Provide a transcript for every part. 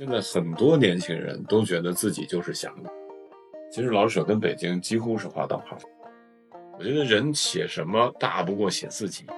现在很多年轻人都觉得自己就是祥子，其实老舍跟北京几乎是划等号。我觉得人写什么大不过写自己。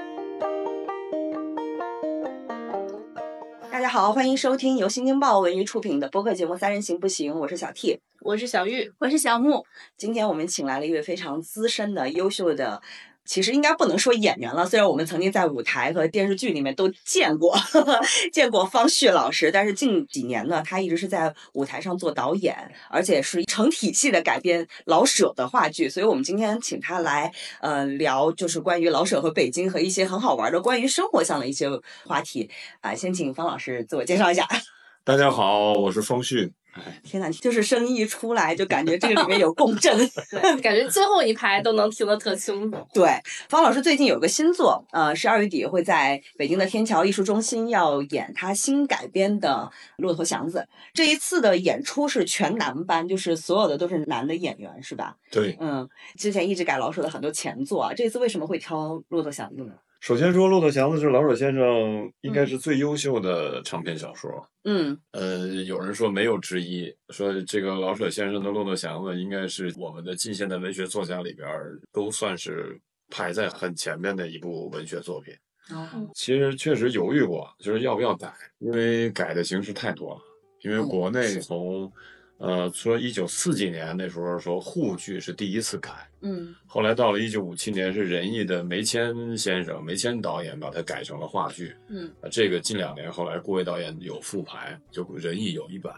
大家好，欢迎收听由新京报文娱出品的播客节目《三人行不行》，我是小 T， 我是小玉， 我是小木。 今天我们请来了一位非常资深的、优秀的，其实应该不能说演员了，虽然我们曾经在舞台和电视剧里面都见过见过方旭老师，但是近几年呢，他一直是在舞台上做导演，而且是成体系的改编老舍的话剧，所以我们今天请他来聊就是关于老舍和北京和一些很好玩的关于生活上的一些话题先请方老师自我介绍一下。 大家好，我是方旭。 天哪，就是声音一出来就感觉这个里面有共振对，感觉最后一排都能听得特清楚。 对，方老师最近有个新作12月底会在北京的天桥艺术中心要演他新改编的《骆驼祥子》。这一次的演出是全男班，就是所有的都是男的演员是吧？ 对， 之前一直改老舍的很多前作这次为什么会挑《骆驼祥子》呢？ 首先说《骆驼祥子》是老舍先生应该是最优秀的长篇小说。有人说没有之一，说这个老舍先生的《骆驼祥子》应该是我们的近现代文学作家里边都算是排在很前面的一部文学作品。其实确实犹豫过，就是要不要改，因为改的形式太多了。因为国内从说1940几年那时候说沪剧是第一次改，后来到了1957年是仁义的梅谦先生、梅谦导演把它改成了话剧，这个近2年后来郭维导演有复排，就仁义有一版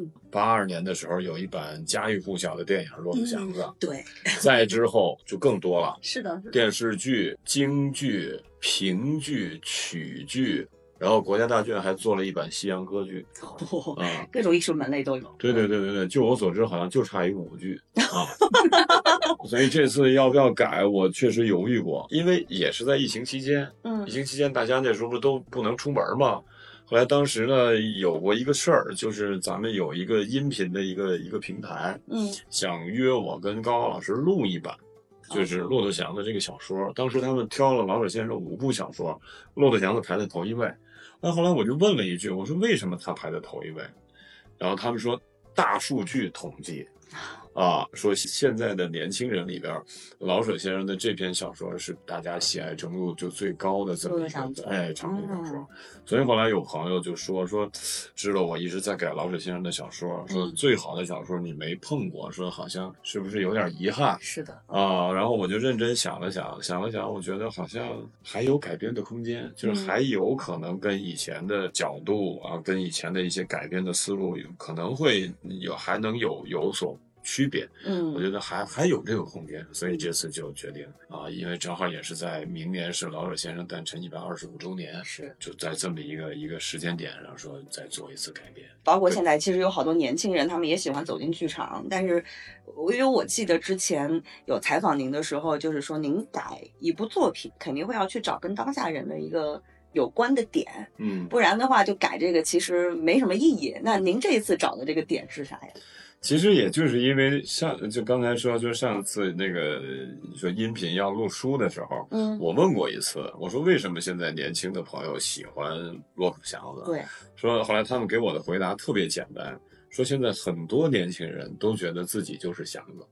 ，82年的时候有一版家喻户晓的电影《骆驼祥子》， 对， 再之后就更多了， 是的， 电视剧、京剧、评剧、曲剧。然后国家大剧院还做了一版西洋歌剧， 各种艺术门类都有。 对，就我所知好像就差一个舞剧所以这次要不要改我确实犹豫过，因为也是在疫情期间，疫情期间大家那时候都不能出门嘛。后来当时呢有过一个事儿，就是咱们有一个音频的一个平台，想约我跟高高老师录一版。就是骆驼祥子这个小说，当时他们挑了老舍先生5部小说，骆驼祥子排在头一位。后来我就问了一句，我说为什么他排在头一位？然后他们说大数据统计说现在的年轻人里边，老舍先生的这篇小说是大家喜爱程度就最高的这么一个长篇小说。所以后来有朋友就说知道我一直在改老舍先生的小说，说最好的小说你没碰过，说好像是不是有点遗憾？ 是的然后我就认真想了想，我觉得好像还有改编的空间，就是还有可能跟以前的角度跟以前的一些改编的思路可能会还能有所区别，我觉得还有这个空间，所以这次就决定因为正好也是在明年是老舍先生诞辰125周年，是就在这么一个时间点上说再做一次改编。 包括现在其实有好多年轻人，他们也喜欢走进剧场，但是因为我记得之前有采访您的时候，就是说您改一部作品肯定会要去找跟当下人的一个有关的点，不然的话就改这个其实没什么意义。那您这一次找的这个点是啥呀？ 其实也就是因为就刚才说，就上次那个说音频要录书的时候，我问过一次，我说为什么现在年轻的朋友喜欢骆驼祥子？对，说后来他们给我的回答特别简单，说现在很多年轻人都觉得自己就是祥子。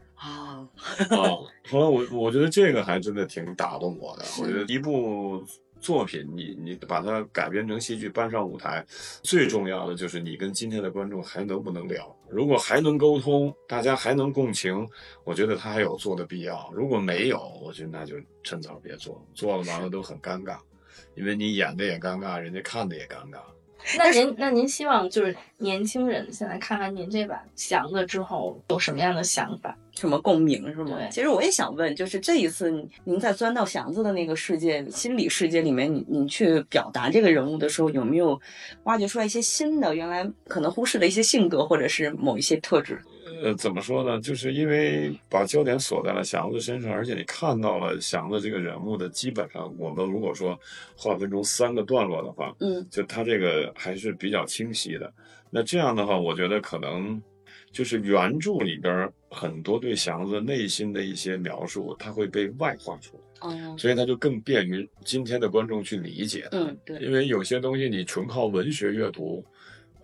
后来我觉得这个还真的挺打动我的。我觉得一部作品你把它改编成戏剧搬上舞台，最重要的就是你跟今天的观众还能不能聊。如果还能沟通，大家还能共情，我觉得他还有做的必要。如果没有，我觉得那就趁早别做，做了完了都很尴尬，因为你演的也尴尬，人家看的也尴尬。 那您希望就是年轻人现在看完您这版祥子之后有什么样的想法？ 什么共鸣是吗？其实我也想问，就是这一次您在钻到祥子的那个世界心理世界里面，你去表达这个人物的时候，有没有挖掘出来一些新的原来可能忽视的一些性格或者是某一些特质？ 怎么说呢？就是因为把焦点锁在了祥子身上，而且你看到了祥子这个人物的基本上，我们如果说划分成3个段落的话，就他这个还是比较清晰的。那这样的话，我觉得可能就是原著里边很多对祥子内心的一些描述，它会被外化出来，所以它就更便于今天的观众去理解它。对，因为有些东西你纯靠文学阅读，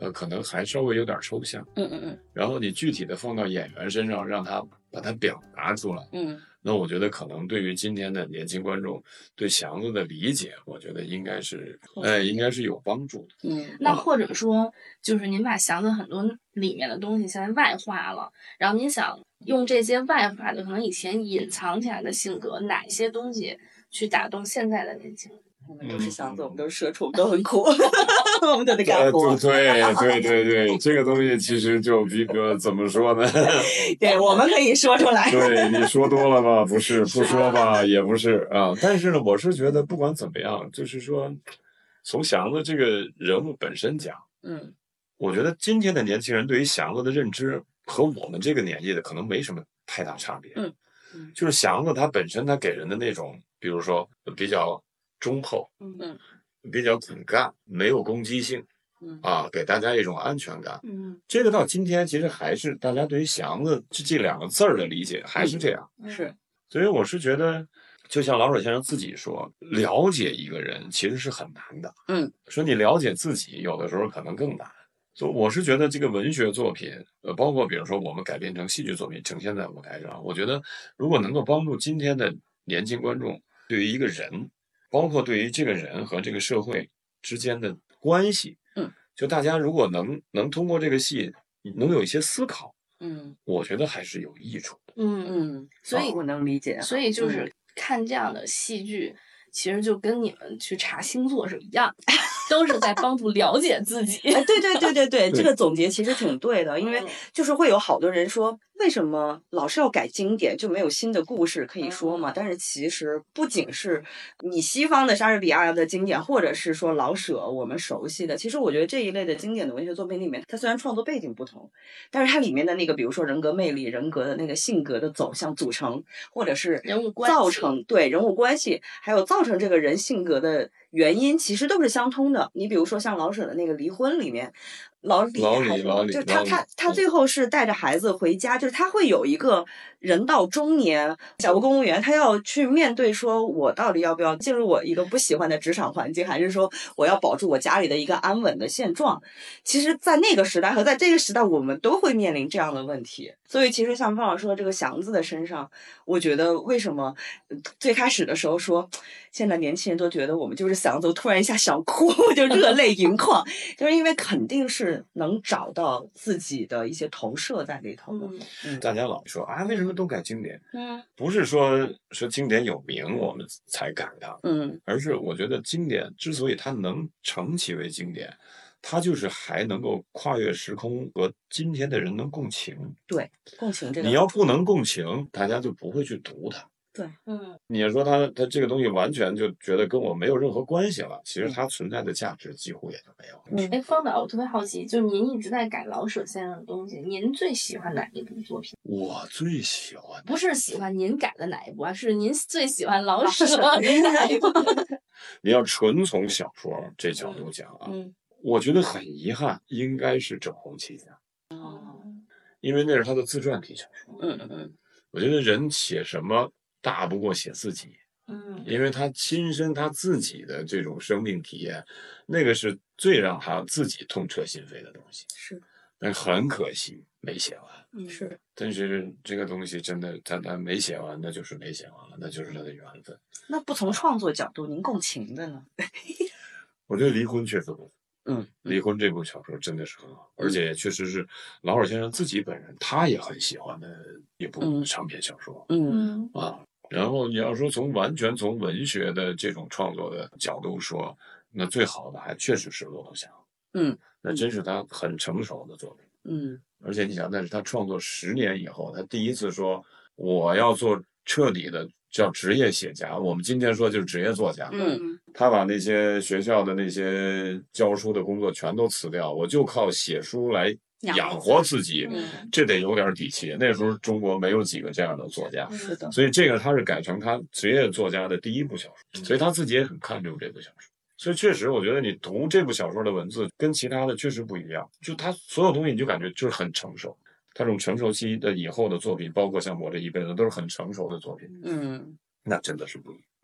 可能还稍微有点抽象。然后你具体的放到演员身上，让他把它表达出来。那我觉得可能对于今天的年轻观众对祥子的理解，我觉得应该是有帮助的。 那或者说，就是您把祥子很多里面的东西现在外化了，然后您想用这些外化的可能以前隐藏起来的性格，哪些东西去打动现在的年轻人？ 我们都是祥子，我们都是社畜，我们都很苦，我们都得干活。 对，这个东西其实就比哥怎么说呢？ 对，我们可以说出来。 对，你说多了吧，不是；不说吧，也不是啊。但是呢，我是觉得不管怎么样，就是说，从祥子这个人物本身讲，我觉得今天的年轻人对于祥子的认知和我们这个年纪的可能没什么太大差别。就是祥子他本身他给人的那种，比如说比较忠厚，比较肯干，没有攻击性，给大家一种安全感。这个到今天其实还是大家对于祥子这两个字儿的理解还是这样。 是， 所以我是觉得，就像老舍先生自己说，了解一个人其实是很难的。说你了解自己，有的时候可能更难。所以我是觉得这个文学作品，包括比如说我们改编成戏剧作品呈现在舞台上，我觉得如果能够帮助今天的年轻观众对于一个人，包括对于这个人和这个社会之间的关系，就大家如果能通过这个戏能有一些思考，我觉得还是有益处。 所以我能理解。 所以就是看这样的戏剧，其实就跟你们去查星座是一样，都是在帮助了解自己。 对，这个总结其实挺对的，因为就是会有好多人说，为什么老是要改经典，就没有新的故事可以说嘛？但是其实不仅是你西方的莎士比亚的经典，或者是说老舍我们熟悉的，其实我觉得这一类的经典的文学作品里面，它虽然创作背景不同，但是它里面的那个，比如说人格魅力、人格的那个性格的走向组成，或者是人物关系造成人物关系，还有造成这个人性格的原因，其实都是相通的。你比如说像老舍的那个《离婚》里面，老李就是他最后是带着孩子回家，就是他会有一个人到中年小公务员，他要去面对说，我到底要不要进入我一个不喜欢的职场环境，还是说我要保住我家里的一个安稳的现状？其实在那个时代和在这个时代，我们都会面临这样的问题。所以其实像方老师说这个祥子的身上，我觉得为什么最开始的时候说现在年轻人都觉得我们就是祥子，突然一下想哭，就热泪盈眶，就是因为肯定是能找到自己的一些投射在里头的。 大家老说为什么都改经典？不是说经典有名我们才改它，而是我觉得经典之所以它能成其为经典，它就是还能够跨越时空和今天的人能共情。 对，共情这个， 你要不能共情，大家就不会去读它。 对， 你要说他这个东西完全就觉得跟我没有任何关系了，其实它存在的价值几乎也就没有。 方导，我特别好奇，就是您一直在改老舍先生的东西，您最喜欢哪一部作品？ 我最喜欢不是喜欢您改的哪一部啊，是您最喜欢老舍的哪一部？ 你要纯从小说这角度讲我觉得很遗憾，应该是《整红旗下》因为那是他的自传体小说。我觉得人写什么大不过写自己，因为他亲身他自己的这种生命体验，那个是最让他自己痛彻心扉的东西。 是， 但很可惜没写完。 是， 但是这个东西真的他没写完，那就是没写完了，那就是他的缘分。 那不从创作角度，您共情的呢？ 我觉得《离婚》确实不错。离婚这部小说真的是很好，而且确实是老舍先生自己本人他也很喜欢的一部长篇小说。然后你要说完全从文学的这种创作的角度说，那最好的还确实是骆驼祥。那真是他很成熟的作品。而且你想，那是他创作10年以后，他第一次说我要做彻底的叫职业写家，我们今天说就是职业作家。他把那些学校的那些教书的工作全都辞掉，我就靠写书来养活自己，这得有点底气。那时候中国没有几个这样的作家， 是的。 所以这个他是改成他职业作家的第一部小说，所以他自己也很看重这部小说。所以确实，我觉得你读这部小说的文字跟其他的确实不一样，就他所有东西你就感觉就是很成熟。他这种成熟期的以后的作品，包括像我这一辈子，都是很成熟的作品。那真的是不一样。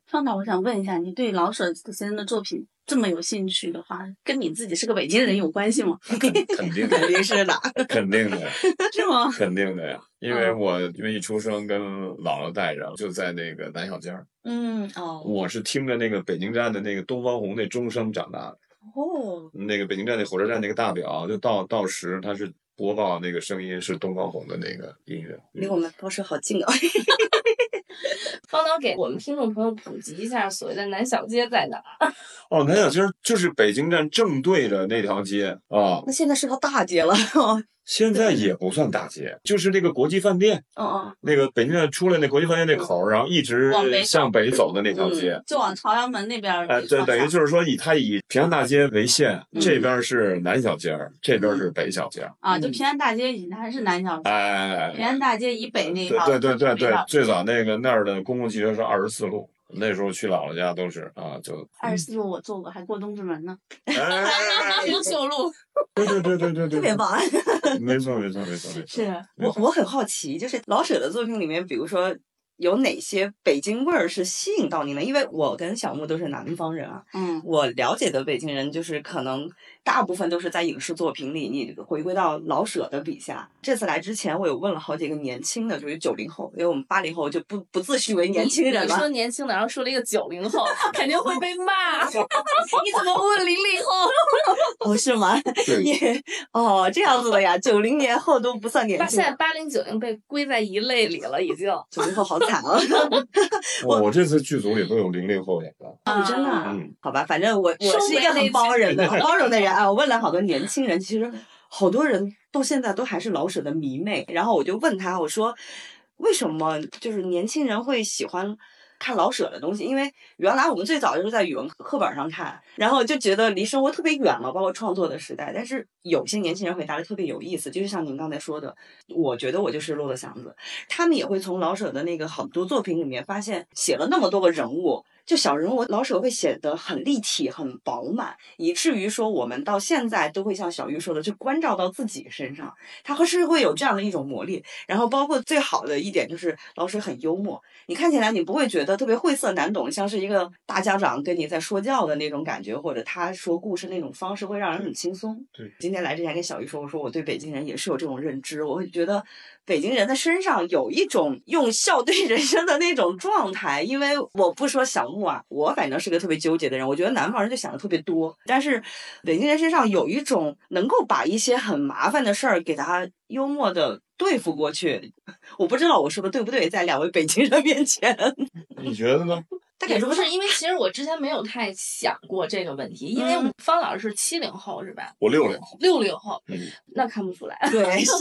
方导，我想问一下，你对老舍先生的作品这么有兴趣的话，跟你自己是个北京人有关系吗？ 肯定肯定是的， 肯定的， 是吗？ 肯定的呀，因为一出生跟姥姥带着，就在那个南小街。我是听着那个北京站的那个东方红那钟声长大的。那个北京站那火车站那个大表，就到时它是播报那个声音是东方红的那个音乐， 离我们报社好近啊。 方导给我们听众朋友普及一下，所谓的南小街在哪儿？ 南小街就是北京站正对着那条街啊。 那现在是条大街了。 现在也不算大街，就是那个国际饭店，那个北京站出来那国际饭店那口，然后一直向北走的那条街， 就往朝阳门那边。 对，等于就是说它以平安大街为线，这边是南小街，这边是北小街啊，就平安大街以南是南小街，平安大街以北那一条。 对，最早那个那儿的公共汽车是24路。那时候去姥姥家都是就 24路我坐过，还过东直门呢。 优秀路。 对， 特别棒。 没错。 是我很好奇，就是老舍的作品里面，比如说有哪些北京味儿是吸引到你呢？因为我跟小木都是南方人啊，我了解的北京人就是可能大部分都是在影视作品里，你回归到老舍的笔下。这次来之前，我有问了好几个年轻的，就是90后，因为我们80后就不自诩为年轻人了。 你说年轻的，然后说了一个90后，肯定会被骂。你怎么问00后？ 是吗？这样子的呀，90年后都不算年轻。 现在80、90被归在一类里了，已经。 90后好惨啊！ 我这次剧组里都有00后演的。 真的？好吧，反正我是一个很包容的人啊。我问了好多年轻人，其实好多人到现在都还是老舍的迷妹。然后我就问他，我说为什么就是年轻人会喜欢看老舍的东西？因为原来我们最早就是在语文课本上看，然后就觉得离生活特别远了，包括创作的时代。但是有些年轻人回答的特别有意思，就是像您刚才说的，我觉得我就是骆驼祥子。他们也会从老舍的那个很多作品里面发现，写了那么多个人物，就小人物老舍会写得很立体很饱满，以至于说我们到现在都会像小玉说的，就关照到自己身上，他是会有这样的一种魔力。然后包括最好的一点就是老舍很幽默，你看起来你不会觉得特别晦涩难懂，像是一个大家长跟你在说教的那种感觉，或者他说故事那种方式会让人很轻松。 对， 今天来之前跟小玉说，我说我对北京人也是有这种认知，我会觉得北京人的身上有一种用笑对人生的那种状态。因为我不说小木啊，我反正是个特别纠结的人，我觉得南方人就想的特别多，但是北京人身上有一种能够把一些很麻烦的事儿给他幽默的对付过去。我不知道我说的对不对，在两位北京人面前。 你觉得呢？ 也不是，因为其实我之前没有太想过这个问题，因为方老师是70后是吧？ 我60后。 60后，那看不出来。 对，是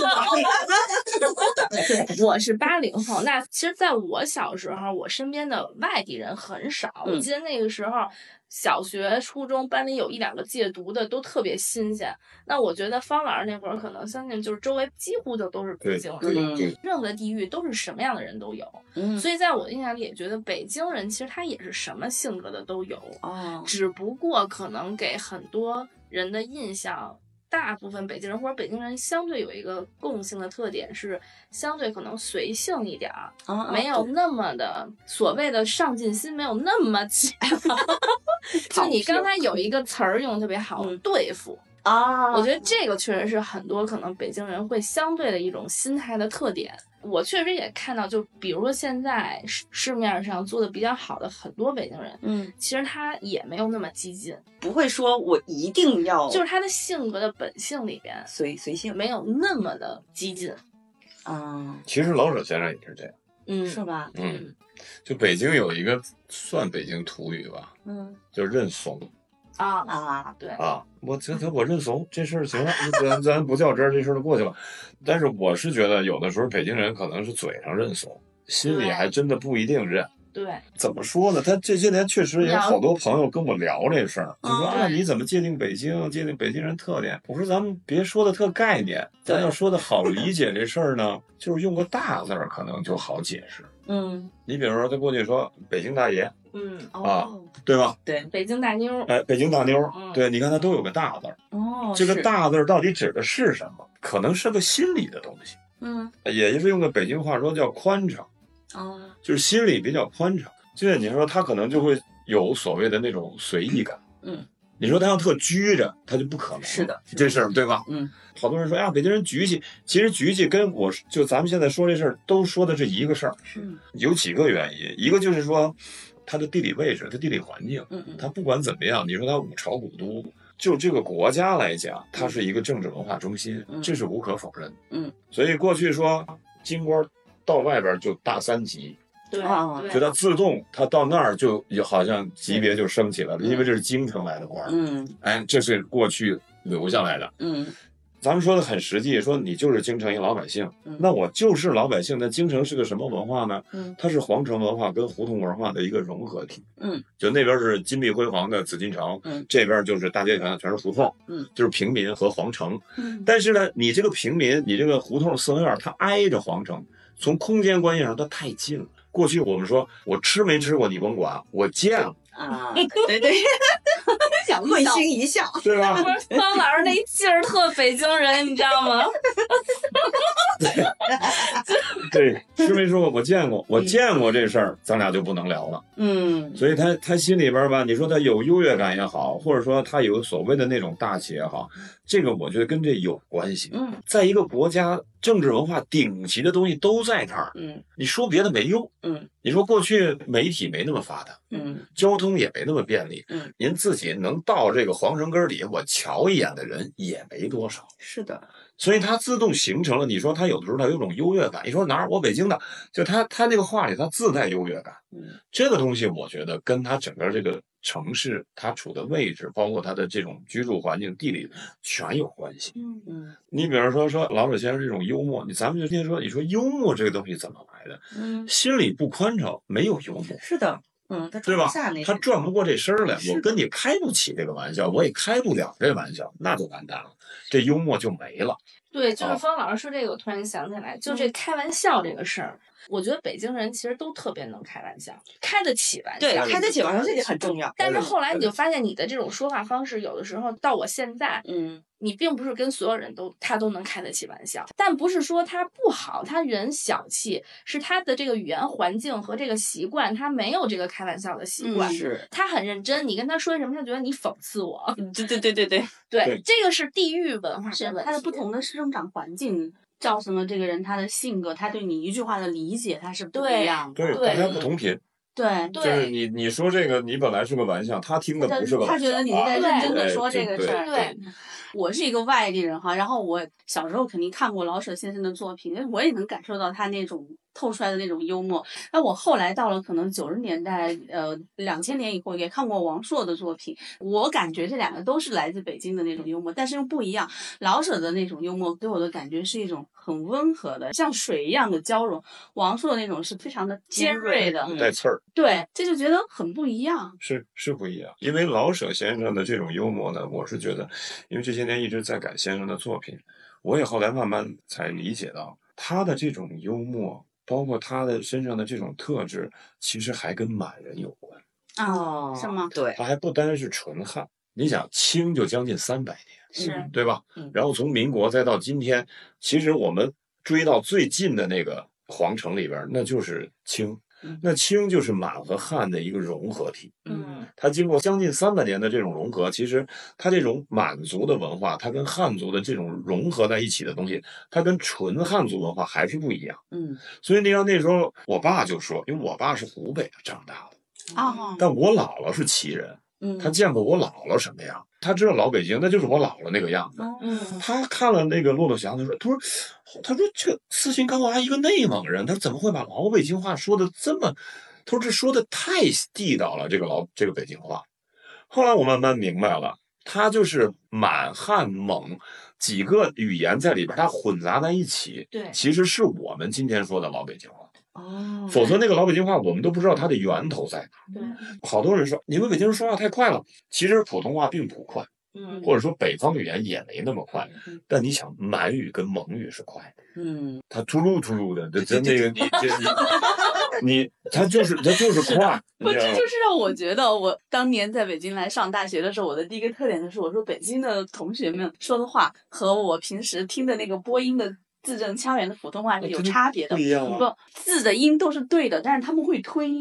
我是80后。那其实在我小时候，我身边的外地人很少。我记得那个时候小学初中班里有1、2个戒毒的都特别新鲜。那我觉得方老师那会儿可能相信就是周围几乎都是北京人，任何地域都是什么样的人都有。所以在我的印象里也觉得北京人其实他也是什么性格的都有。只不过可能给很多人的印象，大部分北京人或者北京人相对有一个共性的特点是相对可能随性一点没有那么的所谓的上进心没有那么强。就你刚才有一个词儿用的特别好，对付我觉得这个确实是很多可能北京人会相对的一种心态的特点。我确实也看到，就比如说现在市面上做的比较好的很多北京人，其实他也没有那么激进， 不会说我一定要， 就是他的性格的本性里边随性， 没有那么的激进。 其实老舍先生也是这样， 是吧？ 就北京有一个算北京土语吧，就是认怂。 对我认怂，这事儿行了，咱不较真儿，这事儿就过去了。但是我是觉得有的时候北京人可能是嘴上认怂，心里还真的不一定认。 对， 怎么说呢？他这些年确实也有好多朋友跟我聊这事儿，就说你怎么界定北京，界定北京人特点？我说咱们别说的特概念，咱要说的好理解这事儿呢，就是用个大字儿可能就好解释。你比如说他过去说北京大爷，对吧？ 对，北京大妞， 北京大妞，对，你看它都有个大字儿。这个大字儿到底指的是什么？可能是个心理的东西。也就是用个北京话说叫宽敞。就是心里比较宽敞。 就是你说他可能就会有所谓的那种随意感。你说他要特拘着，他就不可能。 是的， 这事儿对吧？好多人说呀，北京人局气，其实局气跟就咱们现在说这事儿都说的是一个事儿。有几个原因，一个就是说它的地理位置，它地理环境，它不管怎么样，你说它五朝古都，就这个国家来讲，它是一个政治文化中心，这是无可否认。所以过去说京官到外边就大3级。 对， 就它自动，它到那儿就好像级别就升起来了，因为这是京城来的官。这是过去留下来的。咱们说的很实际，说你就是京城一老百姓，那我就是老百姓。那京城是个什么文化呢？它是皇城文化跟胡同文化的一个融合体。就那边是金碧辉煌的紫禁城，这边就是大街小巷全是胡同，就是平民和皇城。但是呢，你这个平民，你这个胡同四合院，它挨着皇城，从空间关系上它太近了。过去我们说，我吃没吃过你甭管，我见了啊，对对，会心一笑， 对吧？ 不是方老师那劲儿特北京人，你知道吗？ 对，吃没吃过我见过，我见过这事儿，咱俩就不能聊了。所以他心里边吧，你说他有优越感也好，或者说他有所谓的那种大气也好，这个我觉得跟这有关系。在一个国家政治文化顶级的东西都在那儿，你说别的没用。你说过去媒体没那么发达，交通也没那么便利，您自己能到这个皇城根底下我瞧一眼的人也没多少。 是的。 所以它自动形成了，你说它有的时候它有种优越感，你说哪儿我北京的，就它那个话里它自带优越感。这个东西我觉得跟它整个这个城市它处的位置，包括它的这种居住环境、地理全有关系。你比如说老舍先生这种幽默，咱们就听说，你说幽默这个东西怎么来的？心里不宽敞，没有幽默。 是的。他对吧？他转不过这身来，我跟你开不起这个玩笑，我也开不了这玩笑，那就完蛋了，这幽默就没了。 对，就是方老师说这个，我突然想起来，就这开玩笑这个事儿，我觉得北京人其实都特别能开玩笑，开得起玩笑。 对，开得起玩笑这个很重要。 但是后来你就发现，你的这种说话方式，有的时候到我现在，你并不是跟所有人他都能开得起玩笑，但不是说他不好，他人小气，是他的这个语言环境和这个习惯，他没有这个开玩笑的习惯，他很认真，你跟他说什么，他觉得你讽刺我。对，这个是地域文化的问题， 他的不同的生长环境造成了这个人他的性格，他对你一句话的理解他是不一样的。 对，大家不同频。 对， 就是你说这个，你本来是个玩笑，他听的不是个玩笑， 他觉得你在认真的说这个事儿。 对。 我是一个外地人哈，然后我小时候肯定看过老舍先生的作品，我也能感受到他那种透出来的那种幽默。那我后来到了可能90年代，2000年以后也看过王朔的作品，我感觉这两个都是来自北京的那种幽默，但是又不一样。老舍的那种幽默给我的感觉是一种很温和的，像水一样的交融；王朔的那种是非常的尖锐的， 带刺儿。 对，这就觉得很不一样。 是不一样，因为老舍先生的这种幽默呢，我是觉得，因为这些年一直在改先生的作品，我也后来慢慢才理解到他的这种幽默，包括他的身上的这种特质，其实还跟满人有关。 是吗？ 对， 他还不单是纯汉。你想清就将近300年， 是对吧？然后从民国再到今天，其实我们追到最近的那个皇城里边，那就是清。那清就是满和汉的一个融合体。它经过将近300年的这种融合，其实它这种满族的文化，它跟汉族的这种融合在一起的东西，它跟纯汉族文化还是不一样。所以那时候我爸就说，因为我爸是湖北长大的，但我姥姥是祁人。他见过我姥姥什么样，他知道老北京那就是我姥姥那个样子。他看了那个骆驼祥，他说这斯琴高娃一个内蒙人，他怎么会把老北京话说的这么？他说这说的太地道了，这个北京话。后来我慢慢明白了，他就是满汉蒙几个语言在里边，它混杂在一起。 对， 其实是我们今天说的老北京话。否则那个老北京话我们都不知道它的源头在哪。 对， 好多人说你们北京人说话太快了，其实普通话并不快，或者说北方语言也没那么快。但你想，满语跟蒙语是快的，它突噜突噜的，这那个它就是快。 这就是让我觉得，我当年在北京来上大学的时候，我的第一个特点就是我说北京的同学们说的话和我平时听的那个播音的字正腔圆的普通话是有差别的。 不一样啊， 字的音都是对的，但是他们会推音。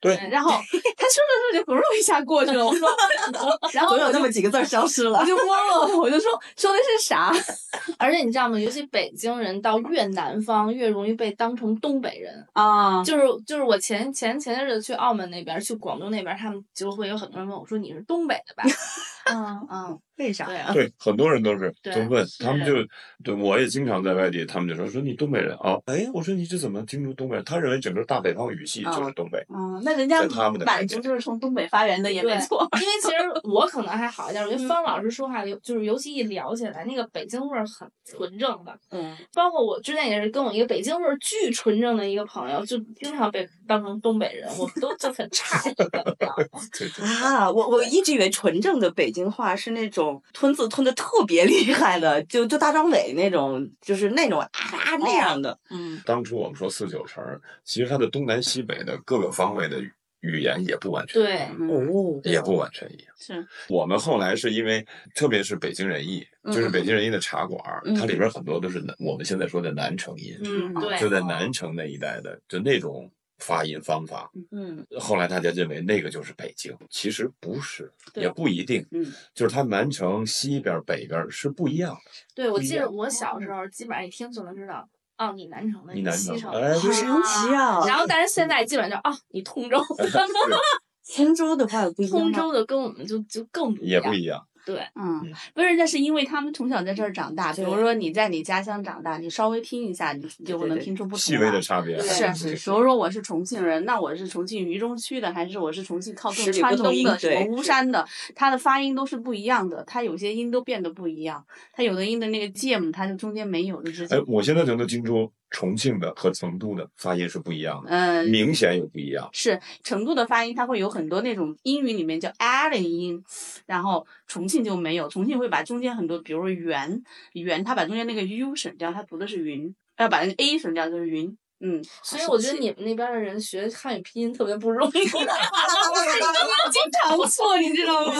对， 然后他说着说着，咕噜一下过去了。我说，然后总有那么几个字消失了， 我就懵了，我就说的是啥？ 而且你知道吗？尤其北京人到越南方越容易被当成东北人啊。 就是我前些日子去澳门那边，去广东那边，他们就会有很多人问我说你是东北的吧？ 为啥呀？ 对，很多人都是对就问，他们就对我也经常在外地，他们就说你东北人啊，哎，我说你这怎么听出东北人？他认为整个大北方语系就是东北。 那人家在他们的满族就是从东北发源的，也没错。 因为其实我可能还好一点，我觉得方老师说话就是尤其一聊起来，那个北京味儿很纯正的。包括我之前也是跟我一个北京味儿巨纯正的一个朋友，就经常被当成东北人，我们都就很诧异。 啊，我一直以为纯正的北京话是那种吞字吞的特别厉害的，就大张伟那种，就是那种那样的。 当初我们说四九城，其实它的东南西北的各个方位的语言也不完全对， 也不完全一样。 是我们后来是因为，特别是北京人艺，就是北京人艺的茶馆，它里边很多都是我们现在说的南城音， 对， 就在南城那一带的，就那种发音方法。后来大家认为那个就是北京，其实不是，也不一定。就是它南城西边北边是不一样的。 对，我记得我小时候基本上一听就能知道。你南城的， 你南西城， 哎， 好神奇啊！ 然后，但是现在基本上你通州的， 通州的话不一样， 通州的跟我们就更不一样， 也不一样。 对， 不是，那是因为他们从小在这儿长大。比如说你在你家乡长大，你稍微听一下，你就能听出不同细微的差别。 是，比如说我是重庆人，那我是重庆渝中区的，还是我是重庆靠更川东的，什么巫山的，它的发音都是不一样的，它有些音都变得不一样，它有的音的那个介母，它就中间没有的直接。 哎，我现在就能听出重庆的和成都的发音是不一样的，明显有不一样。 是成都的发音，它会有很多那种英语里面叫 allen 音，然后重庆就没有，重庆会把中间很多，比如说圆，它把中间那个 u 省掉，它读的是云，要把那个 a 省掉就是云。 所以我觉得你们那边的人学汉语拼音特别不容易，经常错，你知道吗？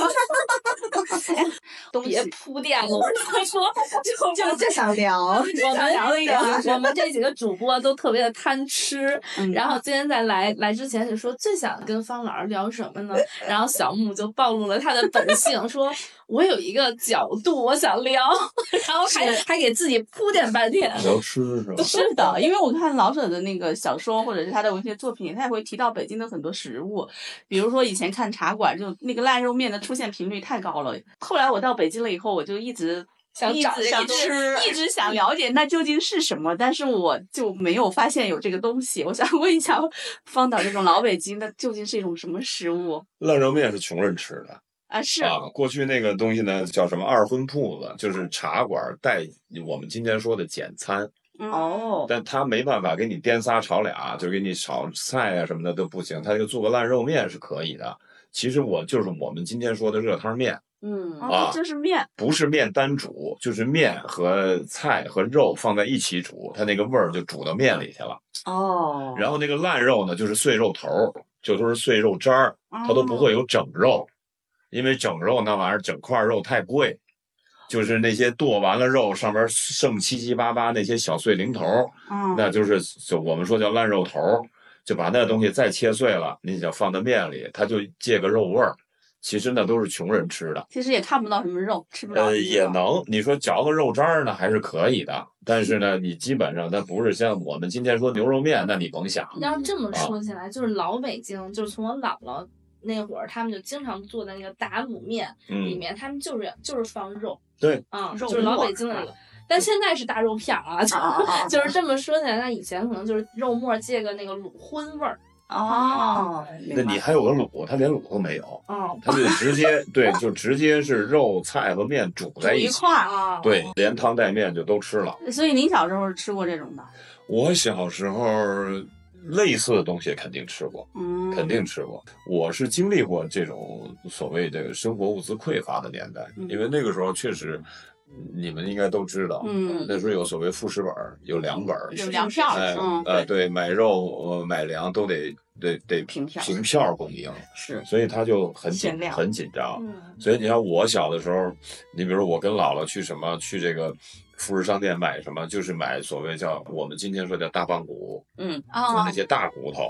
别铺垫了，我说就想聊， 我们这几个主播都特别的贪吃，然后今天在来之前就说最想跟方老师聊什么呢？然后小木就暴露了他的本性，说我有一个角度我想聊，然后还给自己铺垫半天。 聊吃是吧？ 是的，因为我看老舍的那个小说或者是他的文学作品，他也会提到北京的很多食物，比如说以前看茶馆，就那个烂肉面的出现频率太高了。后来我到北京了以后，我就一直想吃，一直想了解那究竟是什么，但是我就没有发现有这个东西。我想问一下方导，这种老北京的究竟是一种什么食物？ 烂肉面是穷人吃的。 是过去那个东西呢叫什么二荤铺子，就是茶馆带我们今天说的简餐。但他没办法给你颠仨炒俩，就给你炒菜啊什么的都不行，他就做个烂肉面是可以的。其实就是我们今天说的热汤面。 这是面， 不是面单煮，就是面和菜和肉放在一起煮，它那个味儿就煮到面里去了。然后那个烂肉呢，就是碎肉头，就都是碎肉渣儿，它都不会有整肉，因为整肉那玩意儿整块肉太贵。就是那些剁完了肉上面剩七七八八那些小碎零头，那就我们说叫烂肉头，就把那东西再切碎了，你想放到面里，它就借个肉味儿。其实那都是穷人吃的， 其实也看不到什么肉，吃不到。 也能，你说嚼个肉渣呢还是可以的，但是呢，你基本上它不是像我们今天说牛肉面，那你甭想。 要这么说起来，就是老北京，就是从我姥姥那会儿，他们就经常做的那个打卤面，里面他们就是放肉。 对， 就是老北京的那个，但现在是大肉片啊，就是这么说起来，那以前可能就是肉末借个那个卤荤味儿。 那你还有个卤，它连卤都没有，它就直接就直接是肉菜和面煮在一块儿，对，连汤带面就都吃了。 所以您小时候吃过这种的？ 我小时候类似的东西肯定吃过，肯定吃过。我是经历过这种所谓的生活物资匮乏的年代，因为那个时候确实。你们应该都知道，那时候有所谓副食本，有粮本， 有粮票， 对，买肉买粮都得凭票供应， 是， 所以他就很紧张。所以你看我小的时候，你比如我跟姥姥去这个副食商店买什么，就是买所谓叫我们今天说叫大棒骨，就那些大骨头。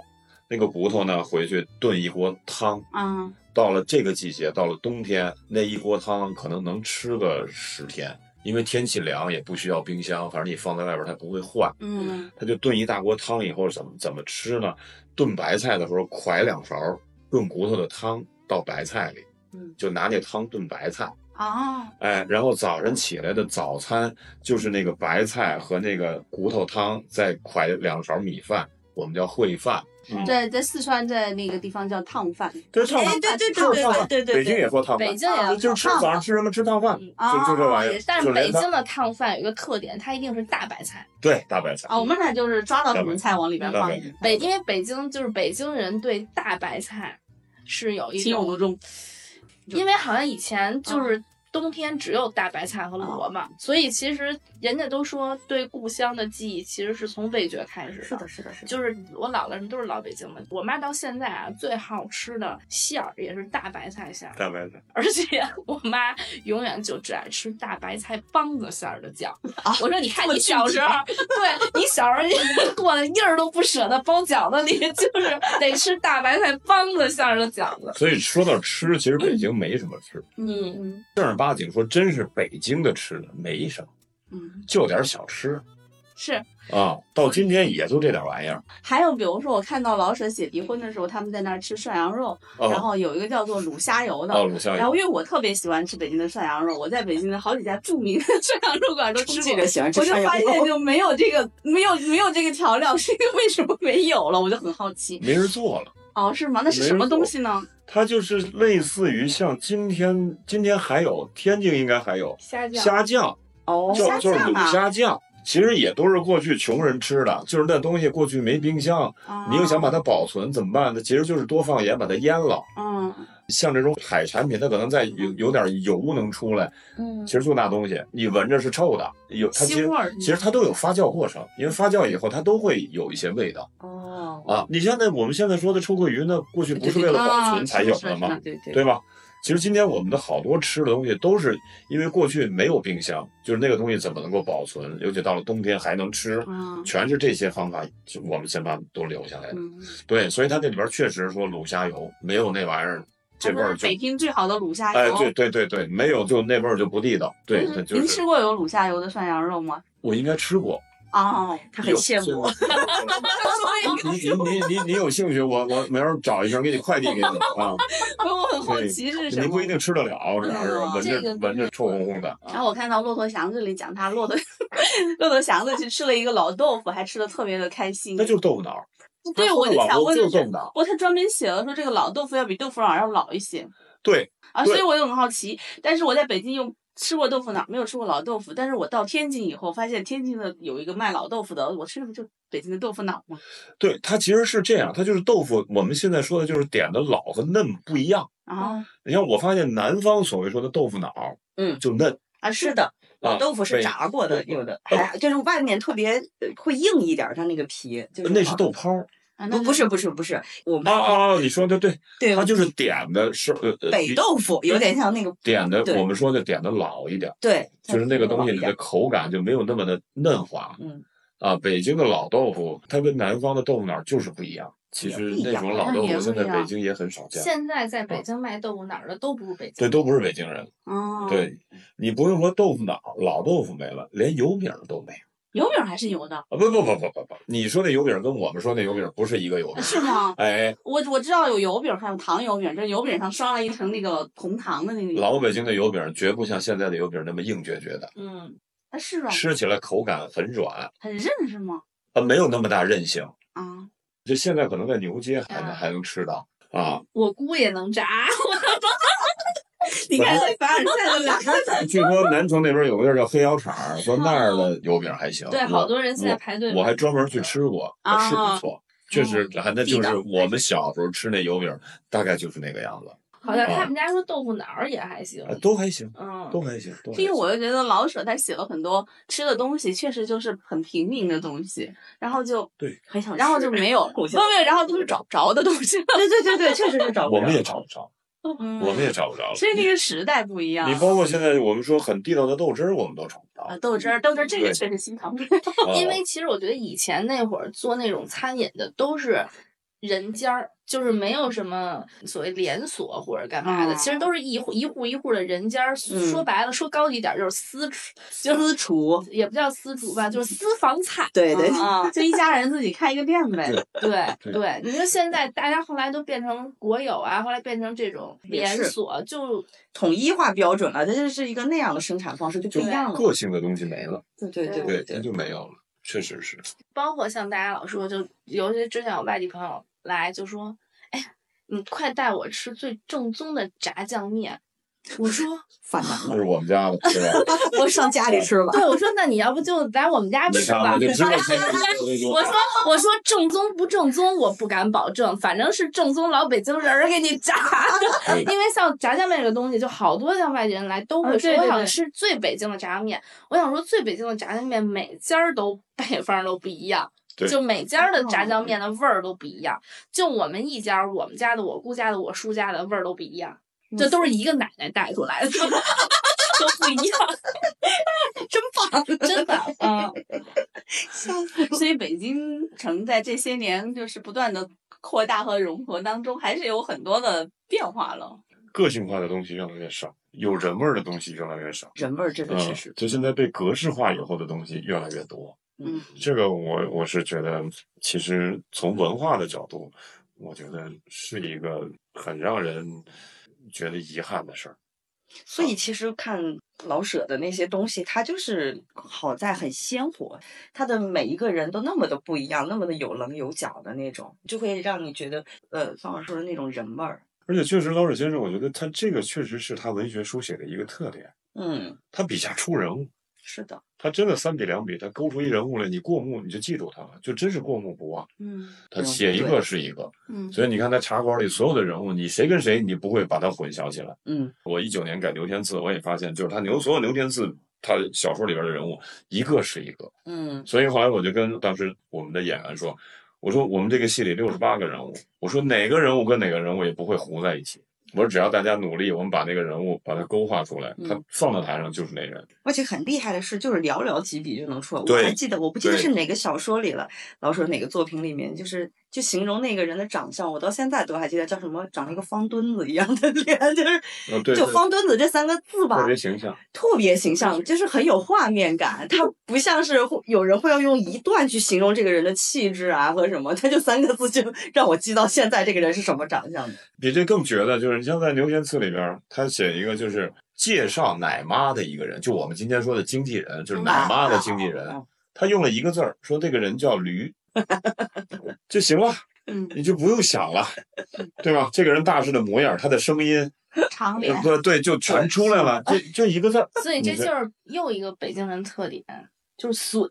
那个骨头呢，回去炖一锅汤。到了这个季节，到了冬天，那一锅汤可能能吃个10天，因为天气凉，也不需要冰箱，反正你放在外边它不会坏。它就炖一大锅汤以后怎么吃呢？炖白菜的时候，㧟2勺炖骨头的汤到白菜里，就拿那汤炖白菜。然后早上起来的早餐就是那个白菜和那个骨头汤，再㧟2勺米饭，我们叫烩饭。 在四川在那个地方叫烫饭。 对，烫饭，对，北京也说烫饭， 北京也就是早上吃什么吃烫饭，就这玩意儿。 但是北京的烫饭有一个特点，它一定是大白菜。 对，大白菜。 我们俩就是抓到什么菜往里边放。 因为北京就是北京人对大白菜是有一种情有独钟， 因为好像以前就是冬天只有大白菜和萝卜，所以其实人家都说对故乡的记忆其实是从味觉开始的。 是的。 就是我姥姥人都是老北京的，我妈到现在啊最好吃的馅儿也是大白菜馅儿。 大白菜。 而且我妈永远就只爱吃大白菜帮子馅儿的饺。我说你看你小时候，对你小时候过了印儿都不舍得包饺子里，就是得吃大白菜帮子馅儿的饺子。 所以说到吃，其实北京没什么吃。正儿八经说，真是北京的吃的没什么。就点小吃。 是啊，到今天也就这点玩意儿。 还有比如说，我看到老舍写离婚的时候，他们在那儿吃涮羊肉，然后有一个叫做卤虾油的。 卤虾油。 然后因为我特别喜欢吃北京的涮羊肉，我在北京的好几家著名的涮羊肉馆都吃过。我就发现就没有这个没有这个调料，是因为为什么没有了？我就很好奇。 没人做了。 是吗？那是什么东西呢？ 它就是类似于像今天还有天津应该还有虾酱。就是卤虾酱，其实也都是过去穷人吃的，就是那东西过去没冰箱，你又想把它保存怎么办呢？其实就是多放盐把它腌了。像这种海产品，它可能在有点油能出来，其实就那东西，你闻着是臭的，它其实它都有发酵过程，因为发酵以后它都会有一些味道。你像我们现在说的臭鳜鱼呢，过去不是为了保存才有的吗？对吧？其实今天我们的好多吃的东西都是因为过去没有冰箱，就是那个东西怎么能够保存，尤其到了冬天还能吃，全是这些方法，我们先把都留下来的。对，所以它这里边确实说卤虾油没有那玩意儿，这味儿就北京最好的卤虾油。 对，没有就那味儿就不地道。对， 您吃过有卤虾油的涮羊肉吗？ 我应该吃过。 他很羡慕。 你有兴趣，我没有找一声给你快递给你啊。 我很好奇是什么。 你不一定吃得了，主要是闻着臭烘烘的。 然后我看到骆驼祥子里讲他骆驼祥子去吃了一个老豆腐，还吃得特别的开心。 那就是豆腐脑。 对，我就想问的是， 他专门写了说这个老豆腐要比豆腐脑要老一些。 对所以我就很好奇，但是我在北京又吃过豆腐脑，没有吃过老豆腐。但是我到天津以后，发现天津的有一个卖老豆腐的，我吃的不就北京的豆腐脑吗？ 对，它其实是这样，它就是豆腐。我们现在说的就是点的老和嫩不一样你看，我发现南方所谓说的豆腐脑，就嫩是的，老豆腐是炸过的，有的还就是外面特别会硬一点，它那个皮就是那是豆泡。 不是，我们你说的对，它就是点的是北豆腐，有点像那个点的，我们说的点的老一点， 对， 就是那个东西你的口感就没有那么的嫩滑。北京的老豆腐它跟南方的豆腐脑就是不一样。其实那种老豆腐现在北京也很少见。 现在在北京卖豆腐脑的都不是北京， 对，都不是北京人。对，你不用说豆腐脑，老豆腐没了，连油饼都没有。 油饼还是有的不，你说那油饼跟我们说那油饼不是一个油饼， 是吗？我知道有油饼，还有糖油饼，这油饼上刷了一层那个红糖的那个。 老北京的油饼绝不像现在的油饼那么硬撅撅的， 是啊， 吃起来口感很软， 很韧是吗？ 没有那么大韧性就现在可能在牛街还能吃到我姑也能炸。 你看凡尔赛的两个。 据说南城那边有个地儿叫黑窑厂，说那儿的油饼还行。 对，好多人现在排队。 我还专门去吃过，是不错，确实，那就是我们小时候吃那油饼，大概就是那个样子。 好像他们家说豆腐脑也还行， 都还行，都还行。 因为我就觉得老舍他写了很多吃的东西，确实就是很平民的东西，然后就对很想，然后就没有，然后都是找不着的东西。 对，确实是找不着。 我们也找不着。我们也找不着了， 所以那个时代不一样。 你包括现在我们说很地道的豆汁儿，我们都找不到。 豆汁儿这个确实心疼。 因为其实我觉得以前那会儿做那种餐饮的都是人间儿，就是没有什么所谓连锁或者干嘛的，其实都是一户一户的人间儿。说白了，说高级点就是私厨， 也不叫私厨吧，就是私房菜。 对对就一家人自己开一个店呗。 对，你说现在大家后来都变成国有啊，后来变成这种连锁，就统一化标准了，这就是一个那样的生产方式，就不一样了。 个性的东西没了。 对， 那就没有了，确实是。 包括像大家老说，就尤其之前有外地朋友来就说，哎，你快带我吃最正宗的炸酱面。我说反难了， 那是我们家的，对吧？ 我上家里吃吧。 对，我说那你要不就来我们家吃吧。我说正宗不正宗，我不敢保证，反正是正宗老北京人给你炸的。因为像炸酱面这个东西，就好多像外地人来都会说，我想吃最北京的炸酱面。我想说，最北京的炸酱面每家都配方都不一样。就每家的炸酱面的味儿都不一样，就我们一家，我们家的、我姑家的、我叔家的味儿都不一样。这都是一个奶奶带出来的，都不一样， 真棒， 真的， 所以北京城在这些年就是不断的扩大和融合当中，还是有很多的变化了。 个性化的东西越来越少，有人味儿的东西越来越少。 人味儿这个确实， 就现在被格式化以后的东西越来越多。这个我是觉得，其实从文化的角度，我觉得是一个很让人觉得遗憾的事儿。 所以其实看老舍的那些东西，它就是好在很鲜活，他的每一个人都那么的不一样，那么的有棱有角的那种，就会让你觉得方老说的那种人味儿。 而且确实老舍先生，我觉得他这个确实是他文学书写的一个特点。他笔下出人物。 是的， 他真的3笔2笔，他勾出一人物来，你过目你就记住他了，就真是过目不忘。他写一个是一个。所以你看他茶馆里所有的人物，你谁跟谁你不会把他混淆起来。我19年改牛天赐，我也发现就是他所有牛天赐他小说里边的人物一个是一个。所以后来我就跟当时我们的演员说，我说我们这个戏里68个人物，我说哪个人物跟哪个人物也不会糊在一起。我说只要大家努力，我们把那个人物把它勾画出来，他放到台上就是那人。 而且很厉害的是，就是寥寥几笔就能出来。 我还记得，我不记得是哪个小说里了，老舍哪个作品里面，就形容那个人的长相，我到现在都还记得，叫什么，长了一个方墩子一样的脸，就方墩子这3个字吧， 特别形象， 特别形象，就是很有画面感。他不像是有人会要用一段去形容这个人的气质啊或者什么，他就3个字就让我记到现在这个人是什么长相的。 比这更绝的就是，你像在牛天赐里边，他写一个就是介绍奶妈的一个人，就我们今天说的经纪人，就是奶妈的经纪人，他用了一个字儿，说这个人叫驴。就行了，你就不用想了，对吧？这个人大致的模样，他的声音， 长脸， 对，就全出来了，就一个字。 所以这就是又一个北京人特点，就是损。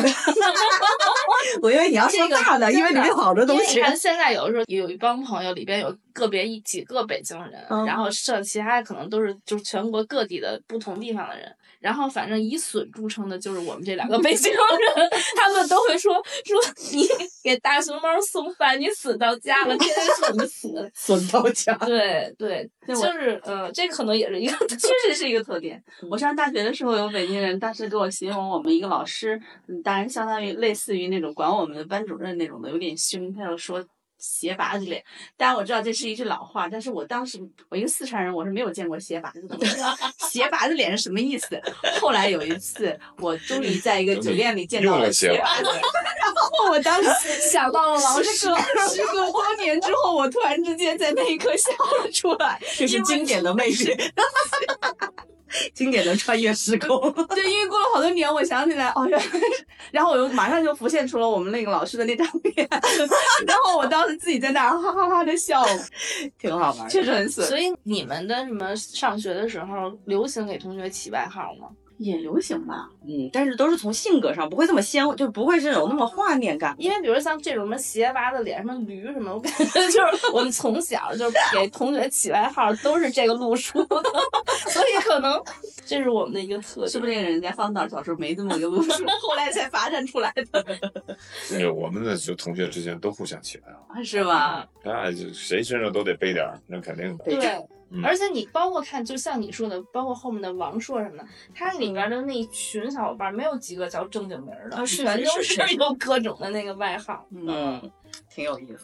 我以为你要说大的，因为里面有好多东西。 你看现在有的时候有一帮朋友，里边有个别几个北京人，然后剩其他可能都是就是全国各地的不同地方的人。然后反正以损著称的就是我们这2个北京人，他们都会说你给大熊猫送饭，你损到家了，天天损的损， 损到家。 对，就是这可能也是一个， 确实是一个特点。我上大学的时候，有北京人当时给我形容我们一个老师，当然相当于类似于那种管我们的班主任那种的，有点凶，他就说鞋拔子脸。当然我知道这是一句老话，但是我当时我一个四川人，我是没有见过鞋拔子的，鞋拔子脸是什么意思？后来有一次，我终于在一个酒店里见到了鞋拔子，然后我当时想到了老师， 时隔多年之后，我突然之间在那一刻笑了出来， 这是经典的魅力。经典的穿越时空。 对，因为过了好多年，我想起来，哦，原来，然后我又马上就浮现出了我们那个老师的那张脸，然后我当时自己在那儿哈哈哈的笑， 挺好玩， 确实很损。 所以你们的什么上学的时候流行给同学起外号吗？ 也流行吧， 但是都是从性格上，不会这么鲜，就不会是有那么画面感。 因为比如像这种什么鞋拔子脸、什么驴什么，我感觉就是我们从小就是给同学起外号都是这个路数的，所以可能这是我们的一个特点。 说不定人家方导小时候没这么一个路数，后来才发展出来的。 我们的就同学之间都互相起外号， 是吧？ 那就谁身上都得背点，那肯定的。 对。而且你包括看，就像你说的，包括后面的王朔什么的，他里面的那一群小伙伴没有几个叫正经名的，全都是有各种的那个外号。 挺有意思。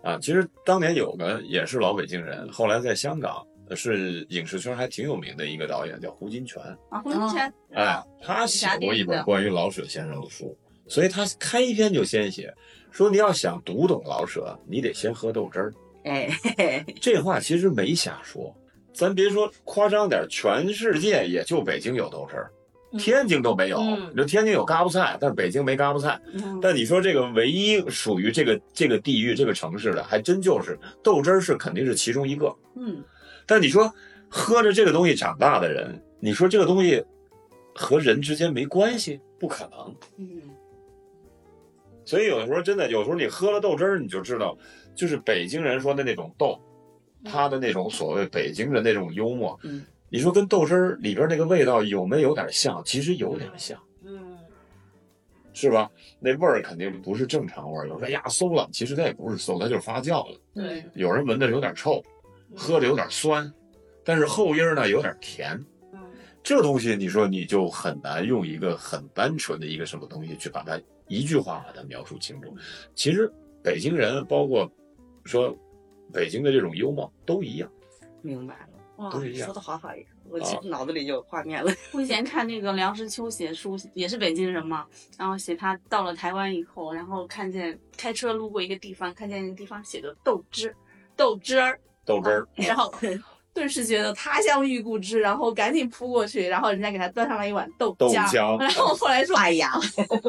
啊，其实当年有个也是老北京人，后来在香港是影视圈还挺有名的一个导演，叫胡金铨啊，胡金铨， 哎，他写过一本关于老舍先生的书，所以他开篇就先写说，你要想读懂老舍，你得先喝豆汁儿。 哎，嘿嘿， 这话其实没瞎说，咱别说夸张点，全世界也就北京有豆汁儿。天津都没有，你说天津有嘎巴菜，但是北京没嘎巴菜。但你说这个唯一属于这个地域、这个城市的，还真就是豆汁儿是肯定是其中一个。但你说喝着这个东西长大的人，你说这个东西和人之间没关系，不可能。所以有的时候真的，有时候你喝了豆汁儿，你就知道，就是北京人说的那种豆，他的那种所谓北京的那种幽默。你说跟豆汁儿里边那个味道有没有点像？其实有点像，是吧？那味儿肯定不是正常味儿。有说呀馊了，其实它也不是馊，它就是发酵了。 对， 有人闻着有点臭，喝着有点酸，但是后音呢有点甜。这东西你说你就很难用一个很单纯的一个什么东西去把它一句话把它描述清楚。其实北京人包括说北京的这种幽默都一样。 明白了。哇， 都是一样说的好好呀，我脑子里就有画面了。 我以前看那个梁实秋写书，也是北京人嘛，然后写他到了台湾以后，然后看见开车路过一个地方，看见那个地方写的豆汁儿，然后顿时觉得他乡遇故知，然后赶紧扑过去，然后人家给他端上了一碗豆浆，然后后来说，哎呀，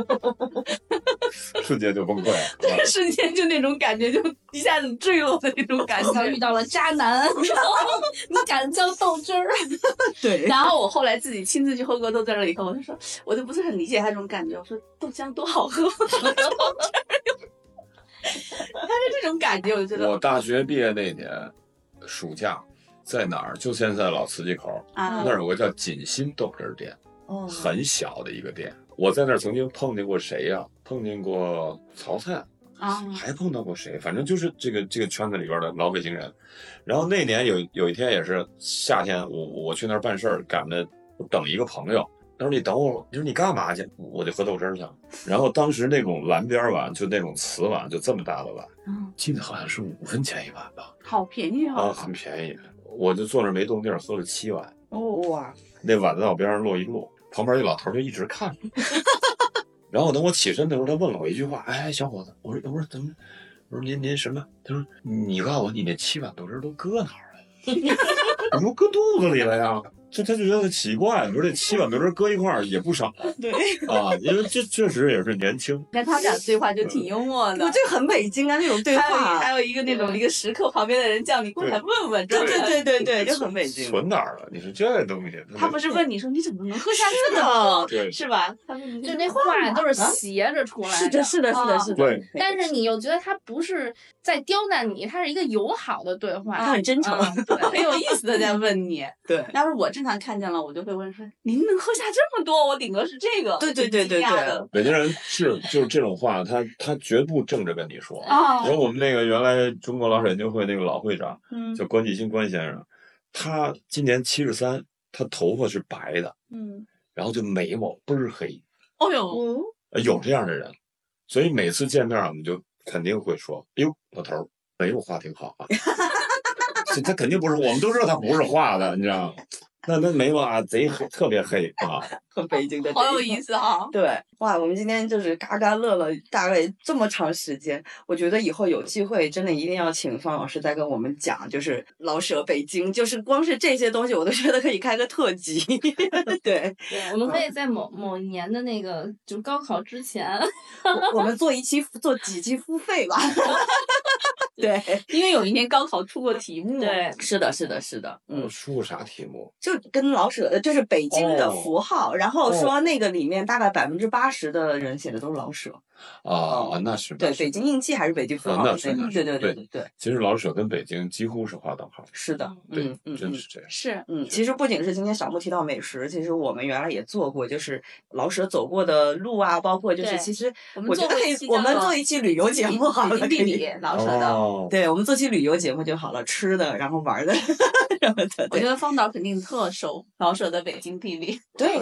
瞬间就崩溃了， 对，瞬间就那种感觉，就一下子坠落的那种感觉， 遇到了渣男，然后你敢叫豆汁儿？ 对。 然后我后来自己亲自去喝过豆汁儿了以后，我就说，我就不是很理解他这种感觉，我说豆浆多好喝，豆汁儿，他是这种感觉，我就觉得。 我大学毕业那年暑假在哪儿？就现在老磁器口那儿有个叫锦心豆汁儿店，很小的一个店。我在那儿曾经碰见过谁呀？碰见过曹灿还碰到过谁？反正就是这个圈子里边的老北京人。然后那年有一天也是夏天，我去那儿办事儿，赶着等一个朋友。他说你等我，你说你干嘛去？我就喝豆汁儿去。然后当时那种蓝边碗，就那种瓷碗，就这么大的碗，记得好像是5分钱一碗吧， 好便宜啊！ 很便宜。我就坐那没动地儿，喝了7碗。 哇！ 那碗在我边上落一落，旁边一老头就一直看着。然后等我起身的时候，他问了我一句话：“哎，小伙子，我说怎么？我说您什么？”他说：“你告诉我，你那7碗豆汁都搁哪儿了？”我说：“搁肚子里了呀。”他就觉得奇怪，你说这7碗豆汁搁一块儿也不少， 对啊，因为这确实也是年轻。 但他们俩对话就挺幽默的， 这很北京啊那种对话。 还有一个那种一个时刻旁边的人叫你过来问问， 对，就很北京。 存哪儿了？你说这东西， 他不是问你说你怎么能喝下去的， 对， 是吧？他问就那话都是斜着出来的，是的。 对。 但是你又觉得他不是在刁难你，他是一个友好的对话， 他很真诚， 很有意思的在问你。 对， 要是我正常看见了，我就会问说：“您能喝下这么多？我顶多是这个。” 对。 北京人就是这种话，他绝不正着跟你说。然后我们那个原来中国老舍研究会那个老会长，叫关继新关先生，他今年73，他头发是白的，然后就眉毛倍儿黑。 哦呦， 有这样的人，所以每次见面我们就肯定会说：“哎呦，老头儿眉毛画挺好啊。”他肯定不是，我们都知道他不是画的，你知道吗？那眉毛啊，贼黑，特别黑啊， 很北京的， 好有意思哈。 对，哇，我们今天就是嘎嘎乐了大概这么长时间，我觉得以后有机会真的一定要请方老师再跟我们讲，就是老舍北京，就是光是这些东西，我都觉得可以开个特辑。对， 我们可以在某一年的那个就高考之前， 我们做几期付费吧。对， 因为有一年高考出过题目。 对，是的。 出过啥题目？ 就跟老舍，就是北京的符号，然后说那个里面大概80%的人写的都是老舍。 那是对，北京印记还是北京符号？对。 其实老舍跟北京几乎是划等号。 是的， 对，真是这样。 是， 其实不仅是今天小木提到美食，其实我们原来也做过，就是老舍走过的路啊，包括就是其实我觉得我们做一期旅游节目好了， 地理老舍的。 对，我们做期旅游节目就好了，吃的，然后玩的什么的。 我觉得方导肯定特熟老舍的北京地理。 对，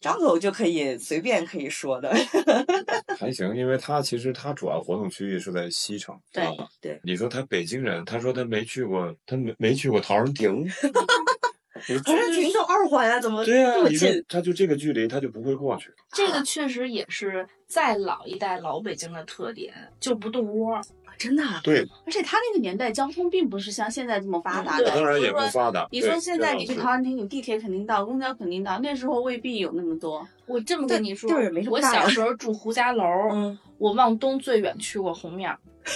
张总就可以随便可以说的。 还行，因为他其实他主要活动区域是在西城。 对对， 你说他北京人，他说他没去过，他没去过陶然亭。 陶然亭就2环啊，怎么对啊？ 这么近？ 他就这个距离，他就不会过去。 这个确实也是在老一代老北京的特点，就不动窝。 真的。 对， 而且他那个年代交通并不是像现在这么发达的， 当然也不发达。 你说现在你去陶然亭，你地铁肯定到，公交肯定到，那时候未必有那么多。 我这么跟你说，我小时候住胡家楼，我往东最远去过红庙。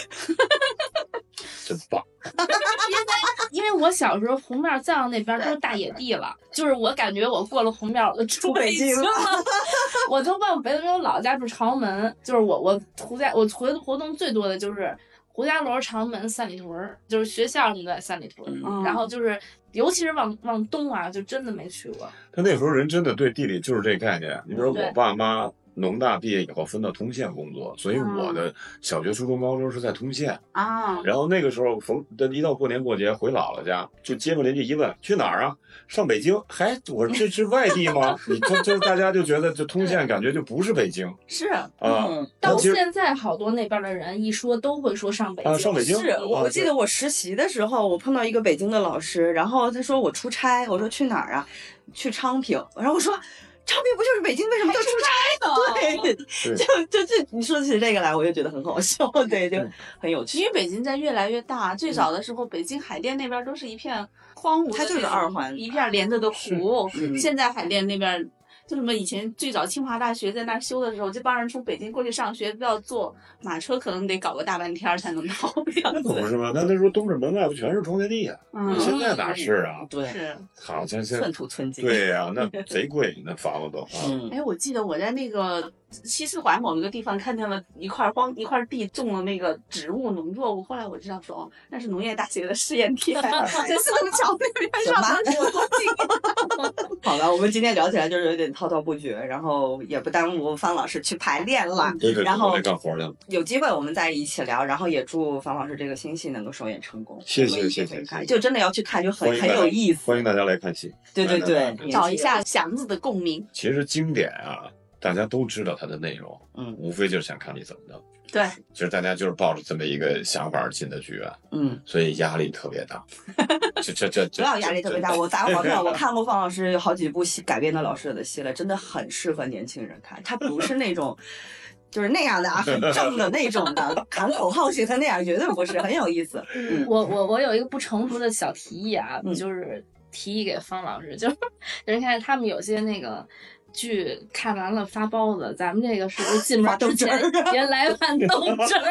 真棒！ 因为我小时候红庙再往那边都是大野地了，就是我感觉我过了红庙我就出北京了。我就往北京老家住朝门，就是我活动最多的就是胡家楼、朝门、三里屯，就是学校什么的三里屯。然后就是尤其是往东啊，就真的没去过。 他那时候人真的对地理就是这概念。你比如我爸妈农大毕业以后分到通县工作，所以我的小学、初中、高中是在通县啊。然后那个时候一到过年过节回姥姥家，就街坊邻居一问去哪儿啊？上北京。还我这是外地吗？你就大家就觉得这通县感觉就不是北京。 是啊， 到现在好多那边的人一说都会说上北京。 上北京是我记得我实习的时候，我碰到一个北京的老师，然后他说我出差，我说去哪儿啊？去昌平。然后我说昌平不就是北京，为什么叫出差呢？对，就你说起这个来，我就觉得很好笑，对，就很有趣。 因为北京在越来越大，最早的时候，北京海淀那边都是一片荒芜， 它就是2环， 一片连着的湖。现在海淀那边。就什么以前最早清华大学在那儿修的时候，这帮人从北京过去上学都要坐马车，可能得搞个大半天才能到。 那不是吗？那时候东直门外不全是庄稼地啊？现在哪是啊？ 对， 是好像寸土寸金。 对呀，那贼贵，那房子都。 哎，我记得我在那个西四环某一个地方看见了一块地种了那个植物农作物，后来我知道说那是农业大学的试验田，在四通桥那边上的有多近。 好了，我们今天聊起来就是有点滔滔不绝，然后也不耽误方老师去排练了。 对， 然后干活去了。 有机会我们再一起聊，然后也祝方老师这个新戏能够首演成功。 谢谢。 就真的要去看，就很有意思。 欢迎大家来看戏。 对， 找一下祥子的共鸣。 其实经典啊，大家都知道它的内容，无非就是想看你怎么的。 对， 其实大家就是抱着这么一个想法进的剧啊，所以压力特别大。 不要压力特别大，我打个保票，我看过方老师好几部戏改编的老师的戏了，真的很适合年轻人看。他不是那种就是那样的啊，很正的那种的，喊口号型的那样，绝对不是，很有意思。 我有一个不成熟的小提议啊，就是提议给方老师，就是人看他们有些那个。剧看完了发包子，咱们这个是不是进门之前也来碗豆汁儿？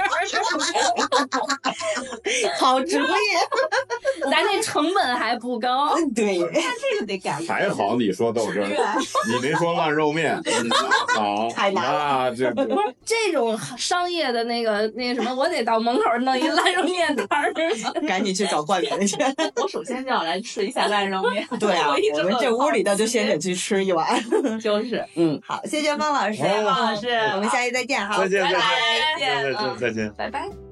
好主意， 咱这成本还不高。 对， 看这个得改。 还好你说豆汁儿，你没说烂肉面。好， 太难了。那不是这种商业的那个什么，我得到门口弄一烂肉面摊儿， 赶紧去找冠冕去。 我首先就要来吃一下烂肉面。 对啊，我们这屋里的就先得去吃一碗。 就是， 好，谢谢方老师， 方老师， 我们下期再见，好， 再见， 拜拜， 再见， 拜拜。